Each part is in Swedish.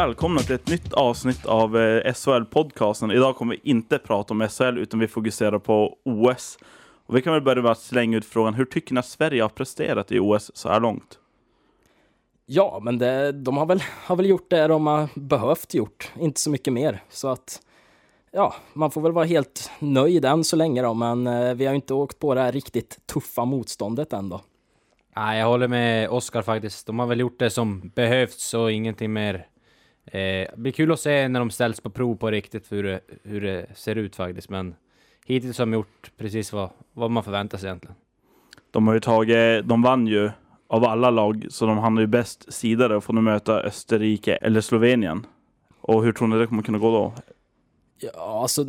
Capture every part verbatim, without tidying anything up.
Välkomna till ett nytt avsnitt av eh, S H L-podcasten. Idag kommer vi inte prata om S H L utan vi fokuserar på O S. Och vi kan väl börja med att slänga ut frågan, hur tycker ni att Sverige har presterat i O S så här långt? Ja, men det, de har väl, har väl gjort det de har behövt gjort. Inte så mycket mer. Så att, ja, man får väl vara helt nöjd än så länge då. Men eh, vi har ju inte åkt på det här riktigt tuffa motståndet än då. Nej, jag håller med Oskar faktiskt. De har väl gjort det som behövts och ingenting mer. Eh, det blir kul att se när de ställs på prov på riktigt hur det, hur det ser ut faktiskt. Men hittills har de gjort precis vad, vad man förväntar sig egentligen. De har ju tagit, de vann ju av alla lag, så de hamnar ju bäst sidare och får nu möta Österrike eller Slovenien. Och hur tror ni det kommer kunna gå då? Ja, alltså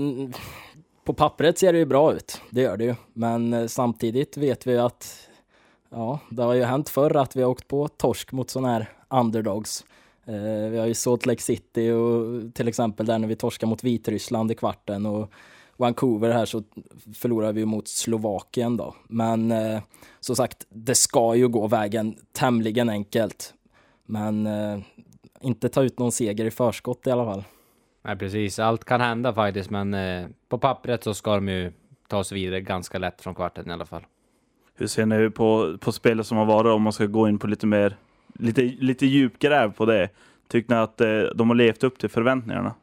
på pappret ser det ju bra ut. Det gör det ju. Men eh, samtidigt vet vi att ja, det har ju hänt förr att vi har åkt på torsk mot sådana här underdogs. Eh, vi har ju Salt Lake City och till exempel där när vi torskar mot Vitryssland i kvarten och Vancouver här så förlorar vi mot Slovakien då. Men eh, som sagt, det ska ju gå vägen tämligen enkelt. Men eh, inte ta ut någon seger i förskott i alla fall. Nej, precis. Allt kan hända faktiskt, men eh, på pappret så ska de ju ta sig vidare ganska lätt från kvarten i alla fall. Hur ser ni på, på spelet som har varit, om man ska gå in på lite mer lite, lite djupgräv på det? Tycker ni att eh, de har levt upp till förväntningarna?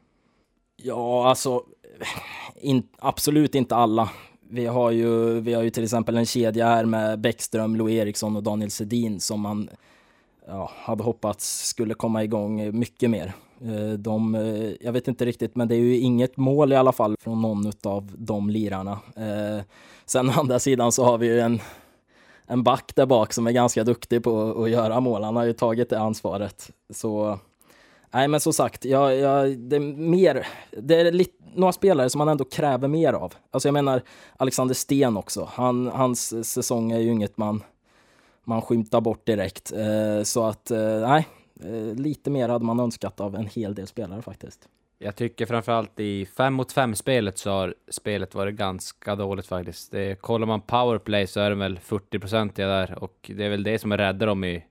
Ja, alltså in, absolut inte alla. Vi har, ju, vi har ju till exempel en kedja här med Bäckström, Lou Eriksson och Daniel Sedin som man ja, hade hoppats skulle komma igång mycket mer. De, jag vet inte riktigt, men det är ju inget mål i alla fall från någon av de lirarna. Sen å andra sidan så har vi ju en, en back där bak som är ganska duktig på att göra mål. Han har ju tagit det ansvaret. Så nej, men som sagt, jag, jag, det är mer, det är lite, några spelare som man ändå kräver mer av. Alltså jag menar Alexander Sten också. Han, hans säsong är ju inget man, man skymtar bort direkt. Eh, så att, eh, nej, eh, lite mer hade man önskat av en hel del spelare faktiskt. Jag tycker framförallt i fem mot fem spelet så har spelet varit ganska dåligt faktiskt. Det, kollar man powerplay så är det väl fyrtio procent där och det är väl det som är räddar dem i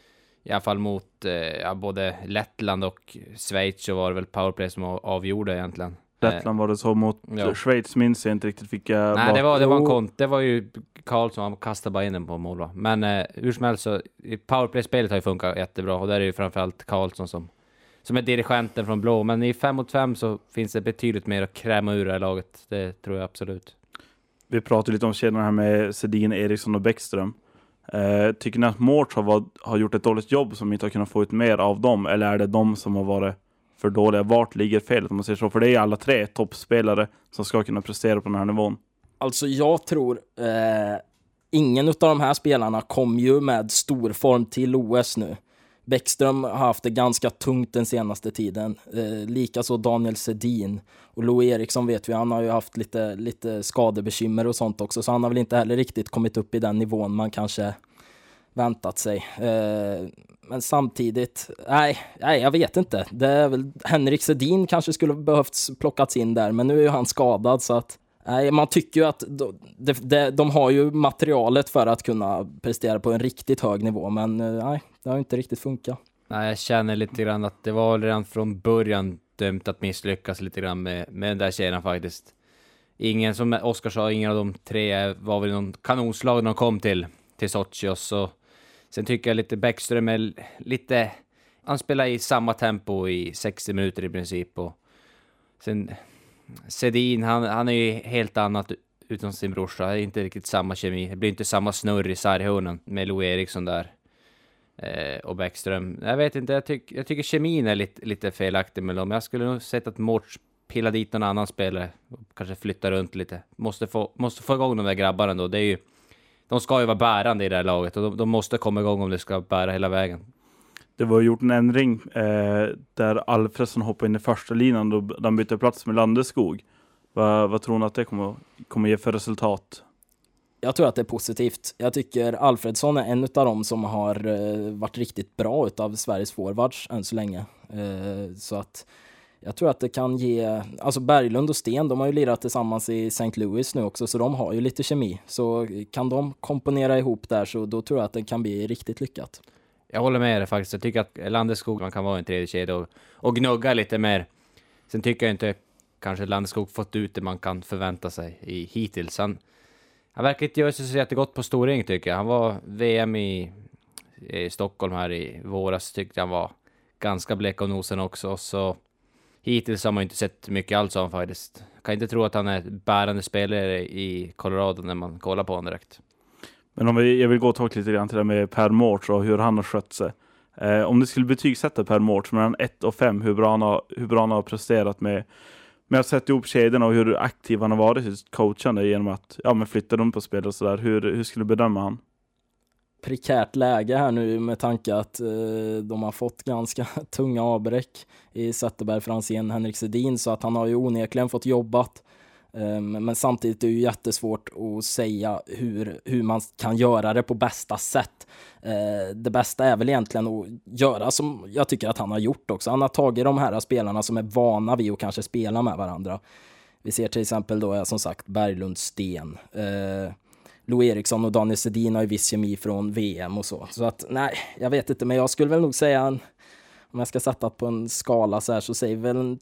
I alla fall mot eh, ja, både Lettland och Schweiz så var det väl powerplay som avgjorde egentligen. Lettland var det så mot ja. Schweiz minns jag inte riktigt fick jag. Nej, det var, det var en kont. Det var ju Karl som kastade bara in den på mål va? Men eh, hur som helst så powerplay-spelet har ju funkat jättebra och där är ju framförallt Karlsson som, som är dirigenten från blå. Men i fem mot fem så finns det betydligt mer att kräma ur det här laget. Det tror jag absolut. Vi pratade lite om kedjan här med Sedin, Eriksson och Bäckström. Uh, tycker ni att Mårts har, var, har gjort ett dåligt jobb som inte har kunnat få ut mer av dem? Eller är det de som har varit för dåliga? Vart ligger felet om man säger så? För det är alla tre toppspelare som ska kunna prestera på den här nivån. Alltså jag tror eh, ingen av de här spelarna kom ju med stor form till O S nu. Bäckström har haft det ganska tungt den senaste tiden. Eh, Likaså Daniel Sedin. Och Lou Eriksson vet vi, han har ju haft lite, lite skadebekymmer och sånt också. Så han har väl inte heller riktigt kommit upp i den nivån man kanske väntat sig. Eh, men samtidigt, nej, nej, jag vet inte. Det är väl, Henrik Sedin kanske skulle behövts plockats in där. Men nu är ju han skadad så att nej, man tycker ju att de, de, de, de har ju materialet för att kunna prestera på en riktigt hög nivå. Men nej, det har inte riktigt funkat. Nej, jag känner lite grann att det var redan från början dömt att misslyckas lite grann med, med den där tjejen faktiskt. Ingen, som Oskar sa, ingen av de tre var väl någon kanonslag när de kom till, till Sochi. Så sen tycker jag lite Bäckström är lite, han spelar i samma tempo i sextio minuter i princip. Och sen Sedin, han, han är ju helt annat utan sin brorsa. Det är inte riktigt samma kemi. Det blir inte samma snurr i sarghörnen med Lou Eriksson där. Eh, och Bäckström. Jag vet inte, jag, tyck, jag tycker kemin är lite, lite felaktig med dem. Jag skulle nog sett att Mårts pillar dit någon annan spelare och kanske flyttar runt lite. Måste få, måste få igång de där grabbarna då. Det är ju, de ska ju vara bärande i det här laget och de, de måste komma igång om det ska bära hela vägen. Det var gjort en ändring eh, där Alfredsson hoppade in i första linan och de bytte plats med Landeskog. Va, vad tror ni att det kommer, kommer ge för resultat? Jag tror att det är positivt. Jag tycker Alfredsson är en av dem som har eh, varit riktigt bra utav Sveriges forwards än så länge. Eh, så att jag tror att det kan ge, alltså Berglund och Sten, de har ju lirat tillsammans i Saint Louis nu också, så de har ju lite kemi. Så kan de komponera ihop där så då tror jag att det kan bli riktigt lyckat. Jag håller med dig faktiskt. Jag tycker att Landeskog man kan vara en tredje kedja och, och gnugga lite mer. Sen tycker jag inte kanske Landeskog fått ut det man kan förvänta sig i hittills. Han, han verkar inte göra sig så jättegott på storring tycker jag. Han var V M i, i Stockholm här i våras, tyckte han var ganska blek och nosen också. Så hittills har man inte sett mycket alls av faktiskt. Jag kan inte tro att han är bärande spelare i Colorado när man kollar på honom direkt. Men om vi, jag vill gå och ta lite grann till det med Per Mårts och hur han har skött sig. Eh, om du skulle betygsätta Per Mårts mellan ett och fem, hur bra han har, hur bra han har presterat med, med att sätta ihop kedjorna och hur aktiv han har varit i sitt coachande genom att ja, men flytta dem på spel och sådär. Hur, hur skulle du bedöma han? Prekärt läge här nu med tanke att eh, de har fått ganska tunga avbräck i Zetterberg, Franzén, Henrik Sedin, så att han har ju onekligen fått jobbat. Um, men samtidigt är det ju jättesvårt att säga hur, hur man kan göra det på bästa sätt. Uh, det bästa är väl egentligen att göra som jag tycker att han har gjort också. Han har tagit de här spelarna som är vana vid att kanske spela med varandra. Vi ser till exempel då som sagt Berglund, Sten, uh, Lo Eriksson och Daniel Sedin har ju viss kemi från V M och så. Så att nej, jag vet inte, men jag skulle väl nog säga en, om jag ska sätta på en skala så här så säger väl en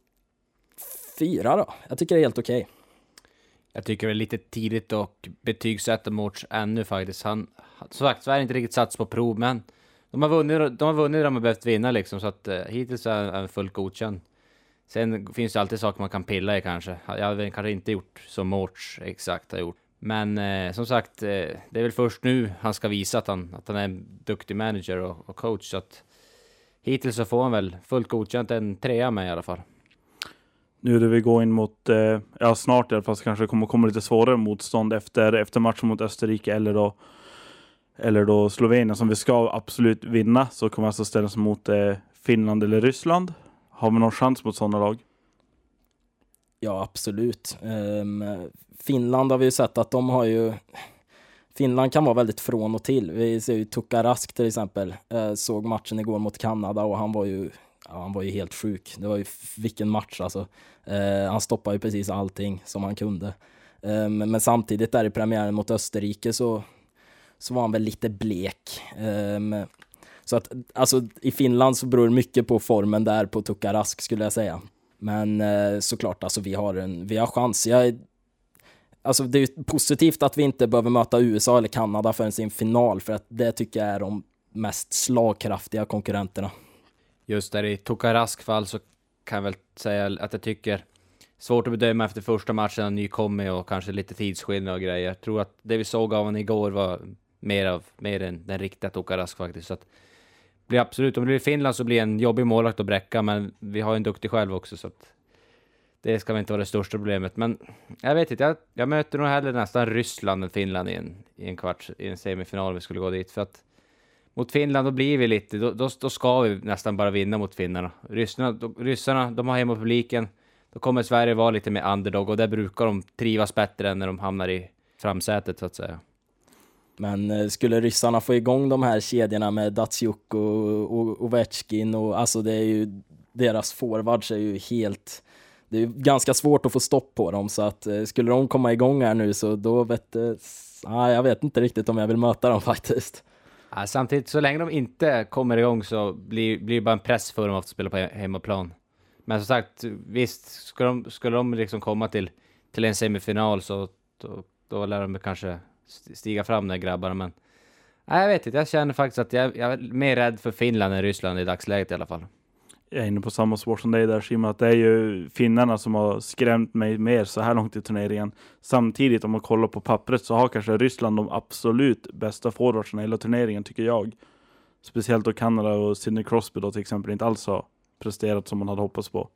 fyra då. Jag tycker det är helt okej. Okay. Jag tycker det är lite tidigt och betygsätta Mårts ännu faktiskt. Han, så sagt, Sverige inte riktigt sats på prov, men de har vunnit, de har vunnit de har behövt vinna liksom, så att eh, hittills är han fullt godkänd. Sen finns det alltid saker man kan pilla i kanske. Jag har kanske inte gjort som Mårts exakt har gjort. Men eh, som sagt, eh, det är väl först nu han ska visa att han, att han är en duktig manager och, och coach. Så att hittills så får han väl fullt godkänt en trea med i alla fall. Nu är det vi går in mot, eh, ja snart i alla fall, så kanske det kommer komma lite svårare motstånd efter, efter matchen mot Österrike eller då, eller då Slovenien som vi ska absolut vinna. Så kommer vi alltså ställas mot eh, Finland eller Ryssland. Har vi någon chans mot sådana lag? Ja, absolut. Um, Finland har vi ju sett att de har ju... Finland kan vara väldigt från och till. Vi ser ju Tuukka Rask till exempel. Uh, såg matchen igår mot Kanada och han var ju... Ja, han var ju helt sjuk. Det var ju vilken match alltså. Eh, han stoppade ju precis allting som han kunde. Eh, men, men samtidigt där i premiären mot Österrike så, så var han väl lite blek. Eh, så att alltså i Finland så beror mycket på formen där på Tuukka Rask skulle jag säga. Men eh, såklart alltså vi har en vi har chans. Jag, alltså det är ju positivt att vi inte behöver möta U S A eller Kanada förrän sin final, för att det tycker jag är de mest slagkraftiga konkurrenterna. Just där i Tuukka Rask fall så kan jag väl säga att jag tycker svårt att bedöma efter första matchen han nykommer och kanske lite tidsskillnad och grejer. Jag tror att det vi såg av honom igår var mer av mer än den riktiga Tuukka Rask faktiskt. Så att blir absolut, om det blir Finland så blir det en jobbig målvakt att bräcka, men vi har en duktig själv också så att det ska väl inte vara det största problemet. Men jag vet inte, jag, jag möter nog hellre nästan Ryssland än Finland i en, i en kvart, i en semifinal vi skulle gå dit, för att mot Finland då blir vi lite, då, då, då ska vi nästan bara vinna mot finnarna. Ryssarna, då, ryssarna, de har hemma publiken. Då kommer Sverige vara lite mer underdog och där brukar de trivas bättre än när de hamnar i framsätet så att säga. Men skulle ryssarna få igång de här kedjorna med Datsjuk och, och Ovechkin och alltså det är ju, deras forwards är ju helt, det är ju ganska svårt att få stopp på dem, så att skulle de komma igång här nu så då vet ja, jag vet inte riktigt om jag vill möta dem faktiskt. Ja, samtidigt, så länge de inte kommer igång så blir, blir det bara en press för dem att spela på hemmaplan. Men som sagt, visst, skulle de, skulle de liksom komma till, till en semifinal så då, då lär de kanske stiga fram där grabbarna. Men nej, jag vet inte, jag känner faktiskt att jag, jag är mer rädd för Finland än Ryssland i dagsläget i alla fall. Jag är inne på samma spår som dig där, Shima, att det är ju finnarna som har skrämt mig mer så här långt i turneringen. Samtidigt, om man kollar på pappret så har kanske Ryssland de absolut bästa forwardsarna i hela turneringen, tycker jag. Speciellt då Kanada och Sidney Crosby då till exempel inte alls har presterat som man hade hoppats på.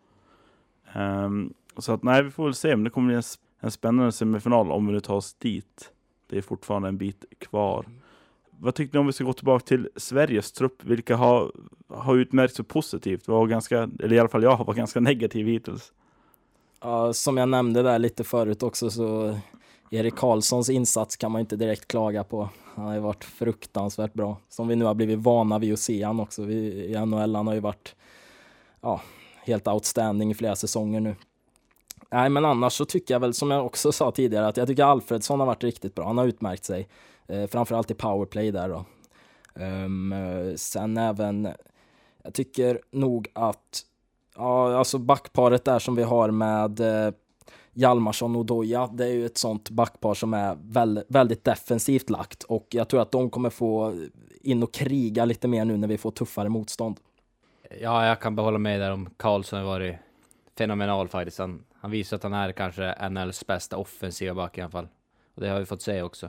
Um, så att nej, vi får väl se, men det kommer bli en, en spännande semifinal om vi nu tar oss dit. Det är fortfarande en bit kvar. Vad tyckte ni om vi ska gå tillbaka till Sveriges trupp? Vilka har, har utmärkt så positivt? Var ganska, eller i alla fall jag har varit ganska negativ hittills. Ja, som jag nämnde där lite förut också, så Erik Karlssons insats kan man inte direkt klaga på. Han har ju varit fruktansvärt bra. Som vi nu har blivit vana vid att se han också. Vi, i N H L han har ju varit ja, helt outstanding i flera säsonger nu. Nej, men annars så tycker jag väl, som jag också sa tidigare, att jag tycker Alfredsson har varit riktigt bra. Han har utmärkt sig. Eh, framförallt i powerplay där då. Um, sen även, jag tycker nog att ja, alltså backparet där som vi har med eh, Hjalmarsson och Doja, det är ju ett sånt backpar som är väldigt, väldigt defensivt lagt, och jag tror att de kommer få in och kriga lite mer nu när vi får tuffare motstånd. Ja, jag kan behålla med där om Karlsson har varit fenomenal faktiskt. Han, han visar att han är kanske N H L:s bästa offensiva back i alla fall. Och det har vi fått se också.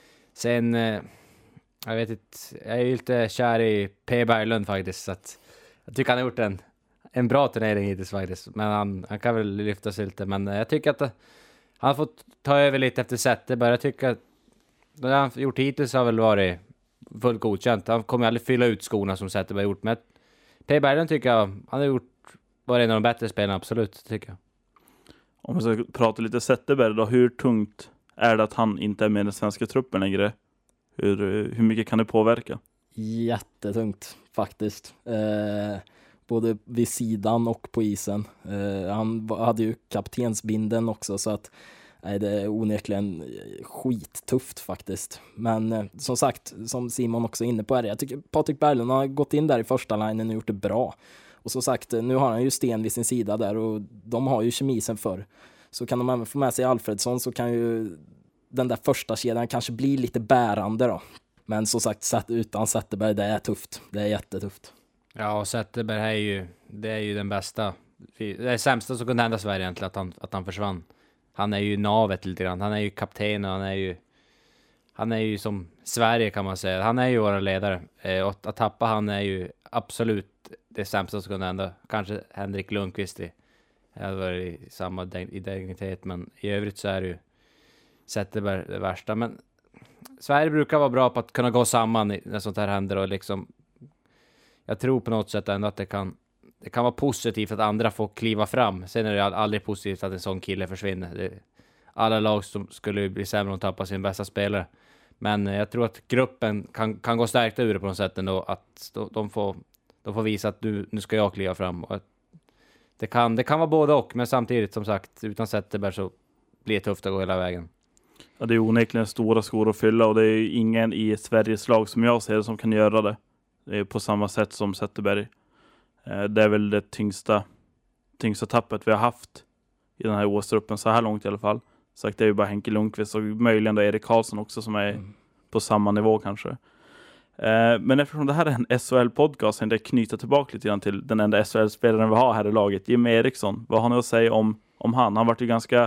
Sen, eh, jag vet inte, jag är ju lite kär i P. Berglund faktiskt. Så att jag tycker han har gjort en, en bra turnering hittills faktiskt. Men han, han kan väl lyfta sig lite. Men jag tycker att han har fått ta över lite efter Zetterberg. Jag tycker att det han gjort hittills har väl varit fullt godkänt. Han kommer aldrig fylla ut skorna som Zetterberg gjort. Men P. Berglund tycker jag, han har gjort, varit en av de bättre spelarna, absolut, tycker jag. Om vi ska prata lite Zetterberg då, hur tungt är det att han inte är med i den svenska truppen längre? Hur, hur mycket kan det påverka? Jättetungt faktiskt. Eh, både vid sidan och på isen. Eh, han hade ju kaptensbinden också, så att nej, det är onekligen skittufft faktiskt. Men eh, som sagt, som Simon också är inne på, är det, jag tycker Patrik Berglund har gått in där i första linjen och gjort det bra. Och som sagt, nu har han ju Sten vid sin sida där, och de har ju kemi sen förr. Så kan de även få med sig Alfredsson, så kan ju den där första kedjan kanske bli lite bärande då. Men som sagt, utan Zetterberg, det är tufft. Det är jättetufft. Ja, och Zetterberg är ju, det är ju den bästa. Det är det sämsta som kunde hända Sverige egentligen, att han, att han försvann. Han är ju navet lite grann. Han är ju kapten och han är ju han är ju som Sverige, kan man säga. Han är ju våra ledare. Eh, och att tappa han är ju absolut det sämsta som kunde hända. Kanske Henrik Lundqvist i, hade varit i samma identitet, men i övrigt så är det ju Zetterberg det värsta. Men Sverige brukar vara bra på att kunna gå samman när sånt här händer, och liksom jag tror på något sätt ändå att det kan det kan vara positivt att andra får kliva fram. Sen är det aldrig positivt att en sån kille försvinner. Det, alla lag som skulle bli sämre om de tappar sin bästa spelare. Men jag tror att gruppen kan, kan gå stärkta ur det på något sätt ändå, att de, de, får, de får visa att nu, nu ska jag kliva fram. Och det, kan, det kan vara både och, men samtidigt som sagt, utan Zetterberg så blir det tufft att gå hela vägen. Ja, det är onekligen stora skor att fylla, och det är ingen i Sveriges lag som jag ser som kan göra det. Det är på samma sätt som Zetterberg. Det är väl det tyngsta, tyngsta tappet vi har haft i den här O S-truppen så här långt i alla fall. Så det är ju bara Henke Lundqvist och möjligen då Erik Karlsson också som är mm. på samma nivå kanske. Men eftersom det här är en S H L-podcast så är det knyta tillbaka lite grann till den enda S H L-spelaren vi har här i laget, Jimmy Eriksson. Vad har ni att säga om, om han? Han varit ju ganska...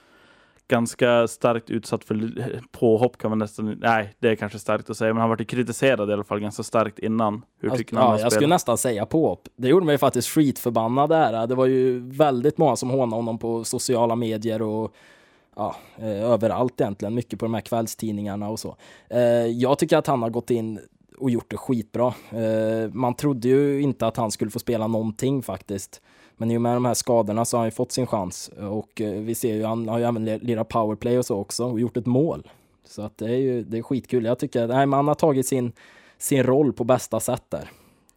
ganska starkt utsatt för påhopp, kan man nästan, nej det är kanske starkt att säga, men han har varit kritiserad i alla fall ganska starkt innan. Hur alltså, tycker ni ja, jag skulle nästan säga påhopp. Det gjorde mig faktiskt skitförbannad där. Det var ju väldigt många som hånade honom på sociala medier och ja, eh, överallt egentligen, mycket på de här kvällstidningarna och så. Eh, jag tycker att han har gått in och gjort det skitbra. Eh, man trodde ju inte att han skulle få spela någonting faktiskt. Men i och med de här skadorna så har han ju fått sin chans. Och eh, vi ser ju, han har ju även lirat powerplay och så också och gjort ett mål. Så att det är ju det är skitkul. Jag tycker att nej, man har tagit sin, sin roll på bästa sätt där.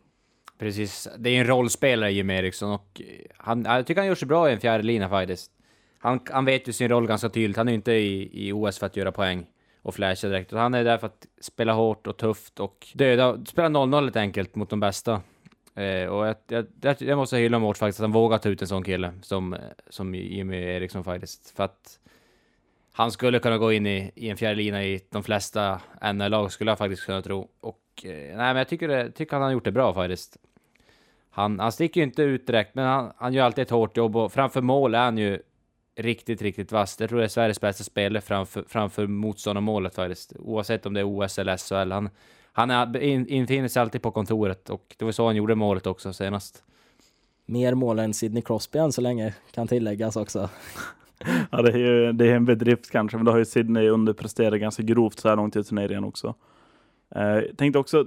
Precis, det är en rollspelare Jim Eriksson, och han, jag tycker han gör sig bra i en fjärde lina faktiskt. Han, han vet ju sin roll ganska tydligt. Han är ju inte i, i O S för att göra poäng och flasha direkt. Han är där för att spela hårt och tufft och döda, spela noll noll helt enkelt mot de bästa. Eh, och jag, jag, jag måste hylla Mårts faktiskt att han vågar ta ut en sån kille som, som Jimmy Eriksson faktiskt. För att han skulle kunna gå in i, i en fjärde lina i de flesta N H L-lag, skulle jag faktiskt kunna tro. Och eh, nej, men jag tycker, det, tycker han har gjort det bra faktiskt. Han, han sticker ju inte ut direkt, men han, han gör alltid ett hårt jobb, och framför mål är han ju riktigt, riktigt vass. Jag tror det är Sveriges bästa spelare framför, framför motståndarmålet faktiskt. Oavsett om det är O S eller S H L. Han, han är, in, infinner sig alltid på kontoret, och det var så han gjorde målet också senast. Mer mål än Sidney Crosby än så länge, kan tilläggas också. Ja, det är ju det är en bedrift kanske, men då har ju Sidney underpresterat ganska grovt så här långt i turneringen också. Jag eh, tänkte också,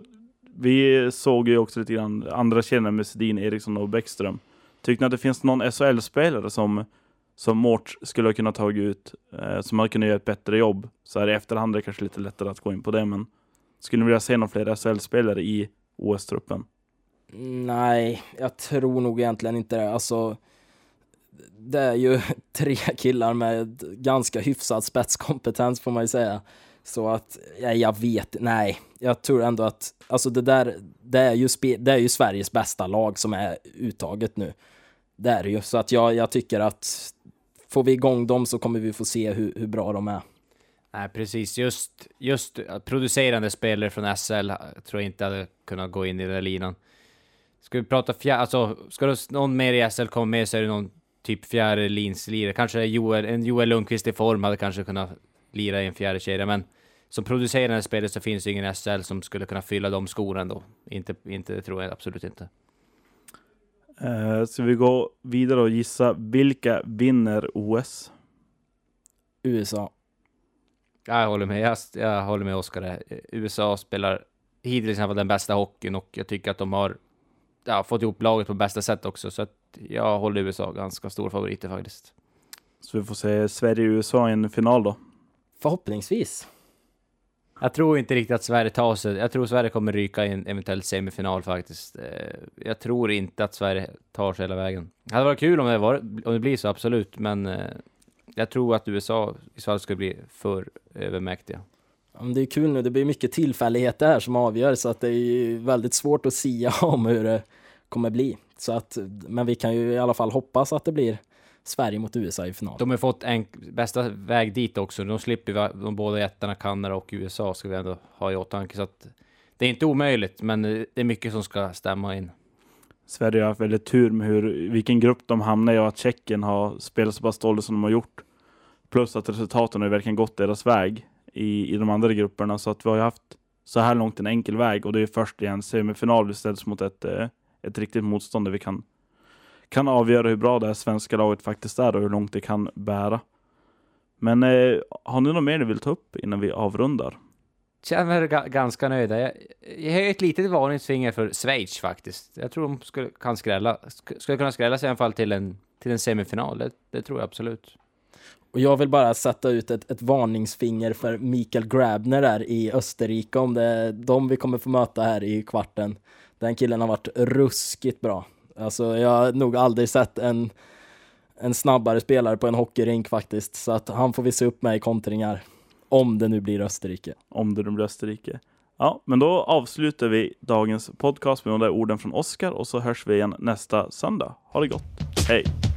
vi såg ju också lite grann andra kedjor med Sedin, Eriksson och Bäckström. Tyckte ni att det finns någon S H L-spelare som som Mårts skulle kunna ta ut, eh, som hade kunnat göra ett bättre jobb? Så här i efterhand är det kanske lite lättare att gå in på det, men skulle ni vilja se någon fler S H L-spelare i O S-truppen? Nej, jag tror nog egentligen inte det. Alltså, det är ju tre killar med ganska hyfsad spetskompetens får man ju säga. Så att, ja, jag vet, nej. Jag tror ändå att, alltså det där, det är ju, spe, det är ju Sveriges bästa lag som är uttaget nu. Det är ju, så att jag, jag tycker att får vi igång dem så kommer vi få se hur, hur bra de är. Nej, precis. Just, just producerande spelare från S L tror jag inte hade kunnat gå in i den där linan. Ska vi prata fjär... Alltså, ska det någon mer i S L komma med så är det någon typ fjärde linslirare. Kanske Joel, en Joel Lundqvist i form hade kanske kunnat lira i en fjärde kedja. Men som producerande spelare så finns det ingen S L som skulle kunna fylla de skorna ändå. Inte, inte, det tror jag absolut inte. Uh, så vi går vidare och gissa vilka vinner O S? U S A. Jag håller med, jag, jag håller med Oskar. U S A spelar hittills i alla fall den bästa hockeyn och jag tycker att de har ja, fått ihop laget på bästa sätt också. Så att jag håller U S A ganska stor favoriter faktiskt. Så vi får se Sverige och U S A i en final då? Förhoppningsvis. Jag tror inte riktigt att Sverige tar sig. Jag tror Sverige kommer ryka i en eventuell semifinal faktiskt. Jag tror inte att Sverige tar sig hela vägen. Det hade varit kul om det, var, om det blir så, absolut. Men jag tror att U S A i så fall skulle bli för övermäktiga. Ja, det är kul nu, det blir mycket tillfälligheter här som avgör. Så att det är väldigt svårt att sia om hur det kommer bli. Så att, men vi kan ju i alla fall hoppas att det blir Sverige mot U S A i final. De har fått en bästa väg dit också. De slipper de båda jättarna, Kanada och U S A, ska vi ändå ha i åtanke. Så att det är inte omöjligt, men det är mycket som ska stämma in. Sverige har haft väldigt tur med hur, vilken grupp de hamnar i och att Tjeckien har spelat så pass dåligt som de har gjort. Plus att resultaten har verkligen gått deras väg i, i de andra grupperna. Så att vi har haft så här långt en enkel väg och det är först i en semifinal vi ställs mot ett, ett riktigt motstånd där vi kan kan avgöra hur bra det här svenska laget faktiskt är och hur långt det kan bära. Men eh, har ni något mer ni vill ta upp innan vi avrundar? Jag känner mig g- ganska nöjda. Jag, jag har ett litet varningsfinger för Schweiz faktiskt. Jag tror de skulle, kan skrälla. Sk- skulle kunna skrälla sig i alla fall till en, till en semifinal. Det, det tror jag absolut. Och jag vill bara sätta ut ett, ett varningsfinger för Mikael Grabner där i Österrike. Om det är de vi kommer få möta här i kvarten. Den killen har varit ruskigt bra. Alltså jag har nog aldrig sett en, en snabbare spelare på en hockeyrink faktiskt. Så att han får vi se upp med i kontringar. Om det nu blir Österrike. Om det nu blir Österrike. Ja, men då avslutar vi dagens podcast med de där orden från Oskar. Och så hörs vi igen nästa söndag. Ha det gott. Hej!